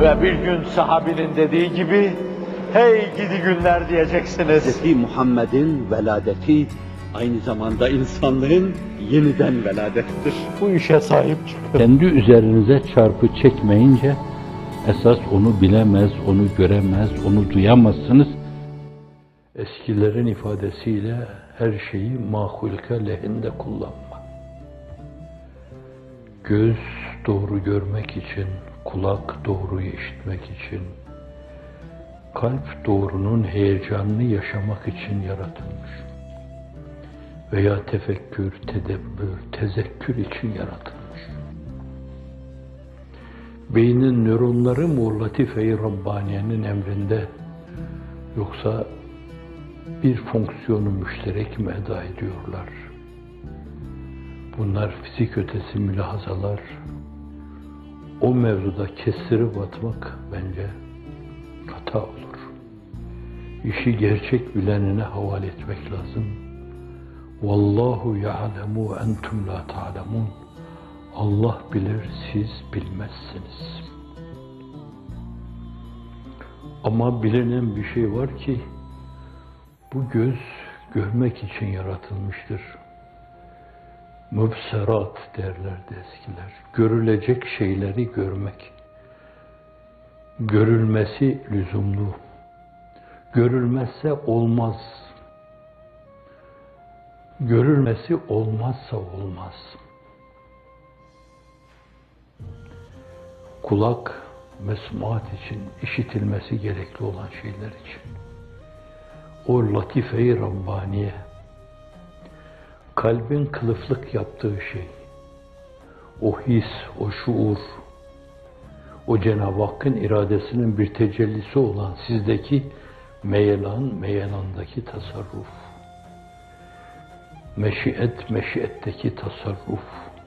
Ve bir gün sahabinin dediği gibi, hey gidi günler diyeceksiniz. Hz. Muhammed'in veladeti aynı zamanda insanlığın yeniden veladettir. Bu işe sahip çıkın. Kendi üzerinize çarpı çekmeyince, esas onu bilemez, onu göremez, onu duyamazsınız. Eskilerin ifadesiyle her şeyi mahulke lehinde kullanma. Göz doğru görmek için, kulak doğruyu işitmek için, kalp doğrunun heyecanını yaşamak için yaratılmış. Veya tefekkür, tedebbür, tezekkür için yaratılmış. Beynin nöronları mı latife-i Rabbaniye'nin emrinde, yoksa bir fonksiyonu müşterek mi eda ediyorlar? Bunlar fizik ötesi mülahazalar. O mevzuda kestirip atmak bence hata olur. İşi gerçek bilenine havale etmek lazım. Vallahu ya'lemu ve entum la ta'lemun. Allah bilir, siz bilmezsiniz. Ama bilinen bir şey var ki, bu göz görmek için yaratılmıştır. Mübserat derlerdi eskiler. Görülecek şeyleri görmek. Görülmesi lüzumlu. Görülmezse olmaz. Görülmesi olmazsa olmaz. Kulak, mesmuat için, işitilmesi gerekli olan şeyler için. O latife-i Rabbaniye, kalbin kılıflık yaptığı şey, o his, o şuur, o Cenab-ı Hakk'ın iradesinin bir tecellisi olan sizdeki meyelan, meyelandaki tasarruf, meşiyet, meşiyetteki tasarruf,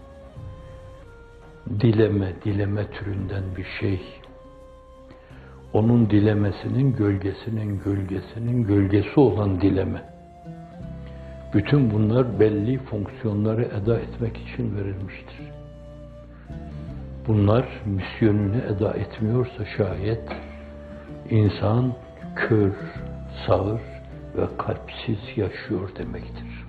dileme, dileme türünden bir şey, onun dilemesinin gölgesinin gölgesinin gölgesi olan dileme. Bütün bunlar belli fonksiyonları eda etmek için verilmiştir. Bunlar misyonunu eda etmiyorsa şayet insan kör, sağır ve kalpsiz yaşıyor demektir.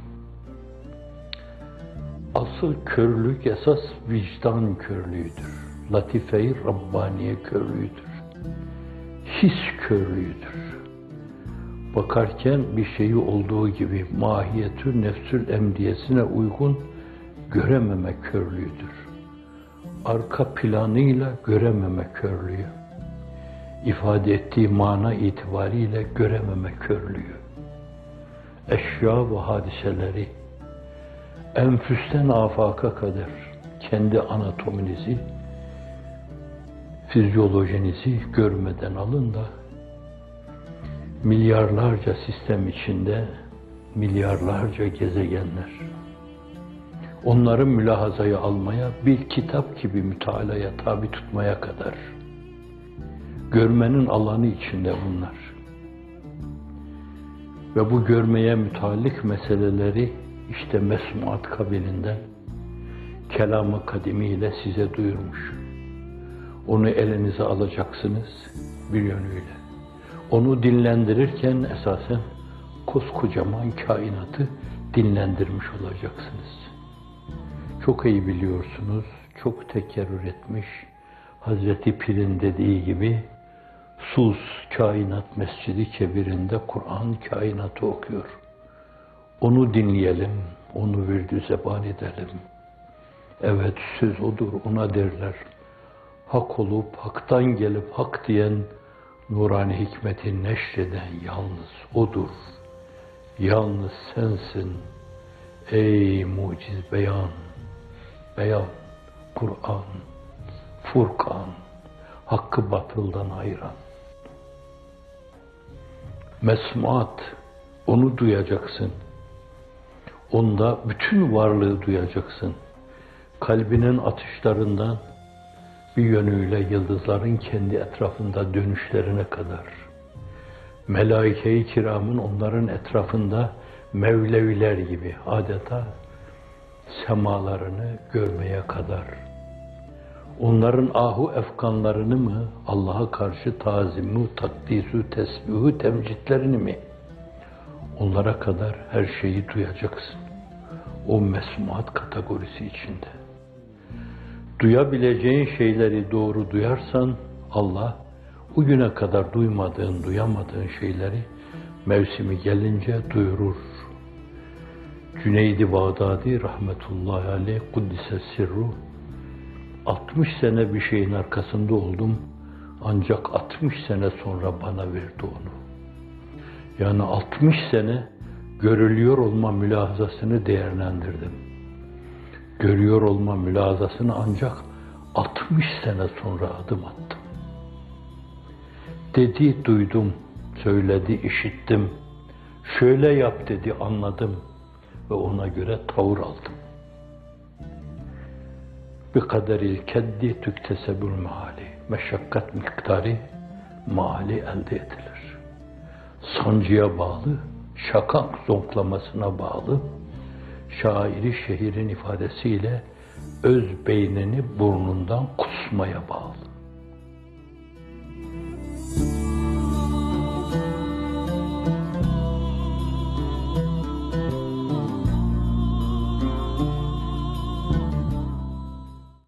Asıl körlük esas vicdan körlüğüdür. Latife-i Rabbaniye körlüğüdür. His körlüğüdür. Bakarken bir şeyi olduğu gibi mahiyetü nefsül emdiyesine uygun görememe körlüğüdür. Arka planıyla görememe körlüğü. İfade ettiği mana itibariyle görememe körlüğü. Eşya ve hadiseleri enfüsten afaka kadar kendi anatominizi, fizyolojinizi görmeden alın da milyarlarca sistem içinde milyarlarca gezegenler. Onları mülahazaya almaya, bir kitap gibi mütalaya tabi tutmaya kadar görmenin alanı içinde bunlar. Ve bu görmeye müteallik meseleleri işte mesmuat kabilinden kelam-ı kadimiyle size duyurmuş. Onu elinize alacaksınız bir yönüyle. Onu dinlendirirken esasen koskocaman kainatı dinlendirmiş olacaksınız. Çok iyi biliyorsunuz, çok tekerrür etmiş, Hazreti Pir'in dediği gibi, Sus Kainat Mescidi Kebir'inde Kur'an kainatı okuyor. Onu dinleyelim, onu virdü zeban edelim. Evet, söz odur, ona derler. Hak olup, haktan gelip hak diyen, nurani hikmeti neşreden yalnız odur. Yalnız sensin, ey muciz beyan, beyan, Kur'an, Furkan, hakkı batıldan ayıran. Mesmuat, onu duyacaksın. Onda bütün varlığı duyacaksın. Kalbinin atışlarından bir yönüyle yıldızların kendi etrafında dönüşlerine kadar, melaike-i kiramın onların etrafında mevleviler gibi adeta semalarını görmeye kadar, onların ahu efkanlarını mı, Allah'a karşı tazimu, takdisu, tesbihu, temcitlerini mi? Onlara kadar her şeyi duyacaksın. O mesmuat kategorisi içinde. Duyabileceğin şeyleri doğru duyarsan, Allah o güne kadar duymadığın, duyamadığın şeyleri mevsimi gelince duyurur. Cüneyd-i Bağdadi rahmetullahi aleyh kuddise sirru 60 sene bir şeyin arkasında oldum ancak 60 sene sonra bana verdi onu. Yani 60 sene görülüyor olma mülahazasını değerlendirdim. Görüyor olma mülahazasını ancak 60 sene sonra adım attım. Dedi duydum, söyledi işittim. Şöyle yap dedi anladım ve ona göre tavır aldım. Bir kaderil keddi tüktesebül meali. Meşakkat miktarı maali elde edilir. Sancıya bağlı, şakak zonklamasına bağlı, şairi şehirin ifadesiyle öz beynini burnundan kusmaya bağlı.